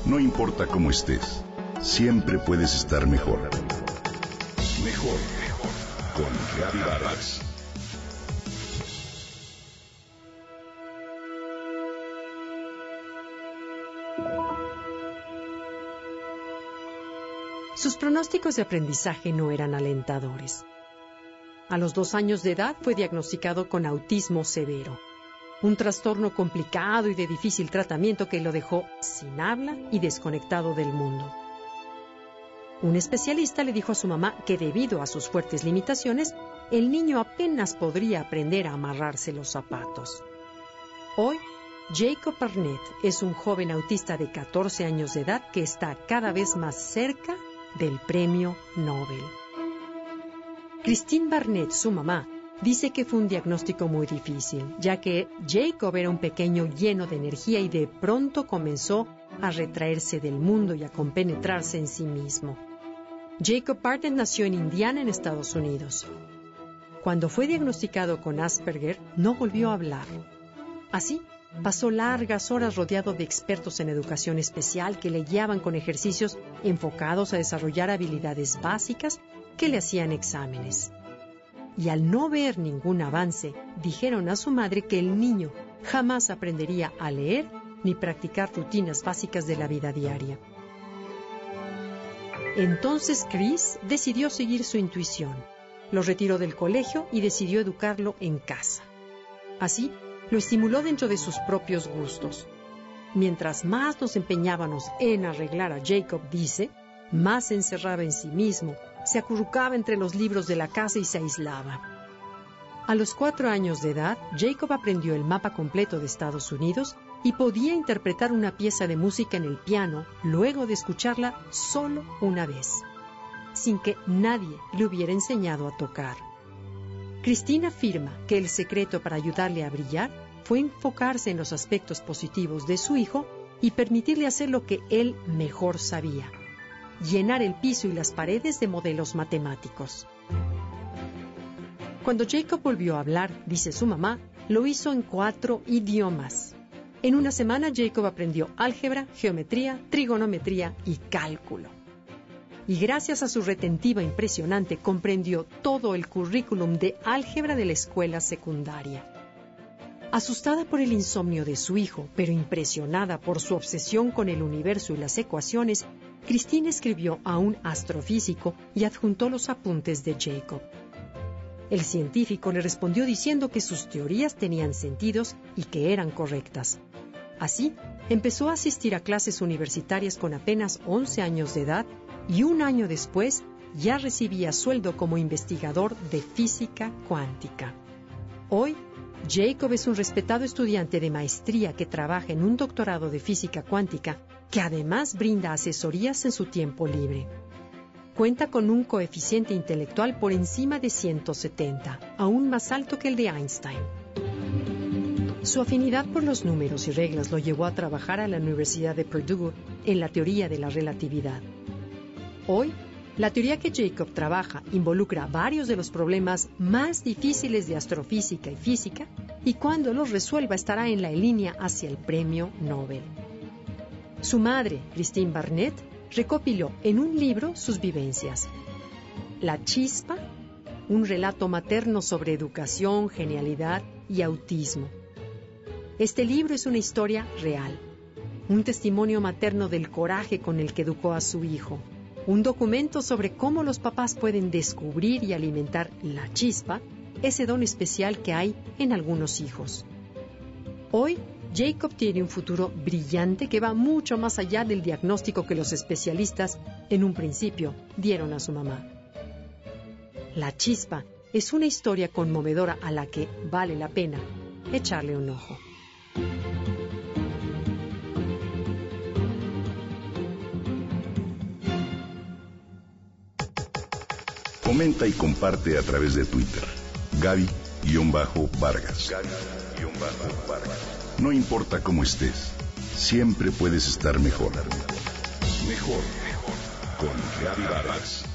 No importa cómo estés, siempre puedes estar mejor. Mejor, mejor. Con Gaby Vargas. Sus pronósticos de aprendizaje no eran alentadores. A los 2 años de edad fue diagnosticado con autismo severo, un trastorno complicado y de difícil tratamiento que lo dejó sin habla y desconectado del mundo. Un especialista le dijo a su mamá que debido a sus fuertes limitaciones, el niño apenas podría aprender a amarrarse los zapatos. Hoy, Jacob Barnett es un joven autista de 14 años de edad que está cada vez más cerca del premio Nobel. Christine Barnett, su mamá, dice que fue un diagnóstico muy difícil, ya que Jacob era un pequeño lleno de energía y de pronto comenzó a retraerse del mundo y a compenetrarse en sí mismo. Jacob Barnett nació en Indiana, en Estados Unidos. Cuando fue diagnosticado con Asperger, no volvió a hablar. Así, pasó largas horas rodeado de expertos en educación especial que le guiaban con ejercicios enfocados a desarrollar habilidades básicas que le hacían exámenes. Y al no ver ningún avance, dijeron a su madre que el niño jamás aprendería a leer ni practicar rutinas básicas de la vida diaria. Entonces Chris decidió seguir su intuición. Lo retiró del colegio y decidió educarlo en casa. Así, lo estimuló dentro de sus propios gustos. Mientras más nos empeñábamos en arreglar a Jacob, dice, más se encerraba en sí mismo, se acurrucaba entre los libros de la casa y se aislaba. A los 4 años de edad, Jacob aprendió el mapa completo de Estados Unidos y podía interpretar una pieza de música en el piano luego de escucharla solo una vez, sin que nadie le hubiera enseñado a tocar. Cristina afirma que el secreto para ayudarle a brillar fue enfocarse en los aspectos positivos de su hijo y permitirle hacer lo que él mejor sabía: llenar el piso y las paredes de modelos matemáticos. Cuando Jacob volvió a hablar, dice su mamá, lo hizo en 4 idiomas. En una semana Jacob aprendió álgebra, geometría, trigonometría y cálculo. Y gracias a su retentiva impresionante, comprendió todo el currículum de álgebra de la escuela secundaria. Asustada por el insomnio de su hijo, pero impresionada por su obsesión con el universo y las ecuaciones, Christine escribió a un astrofísico y adjuntó los apuntes de Jacob. El científico le respondió diciendo que sus teorías tenían sentidos y que eran correctas. Así, empezó a asistir a clases universitarias con apenas 11 años de edad y 1 año después ya recibía sueldo como investigador de física cuántica. Hoy, Jacob es un respetado estudiante de maestría que trabaja en un doctorado de física cuántica que además brinda asesorías en su tiempo libre. Cuenta con un coeficiente intelectual por encima de 170, aún más alto que el de Einstein. Su afinidad por los números y reglas lo llevó a trabajar a la Universidad de Purdue en la teoría de la relatividad. Hoy, la teoría que Jacob trabaja involucra varios de los problemas más difíciles de astrofísica y física, y cuando los resuelva estará en la línea hacia el premio Nobel. Su madre, Christine Barnett, recopiló en un libro sus vivencias. La Chispa, un relato materno sobre educación, genialidad y autismo. Este libro es una historia real, un testimonio materno del coraje con el que educó a su hijo, un documento sobre cómo los papás pueden descubrir y alimentar la chispa, ese don especial que hay en algunos hijos. Hoy, Jacob tiene un futuro brillante que va mucho más allá del diagnóstico que los especialistas, en un principio, dieron a su mamá. La Chispa es una historia conmovedora a la que vale la pena echarle un ojo. Comenta y comparte a través de Twitter. Gaby-Vargas. No importa cómo estés, siempre puedes estar mejor. Mejor, mejor. Con Gaby Vargas.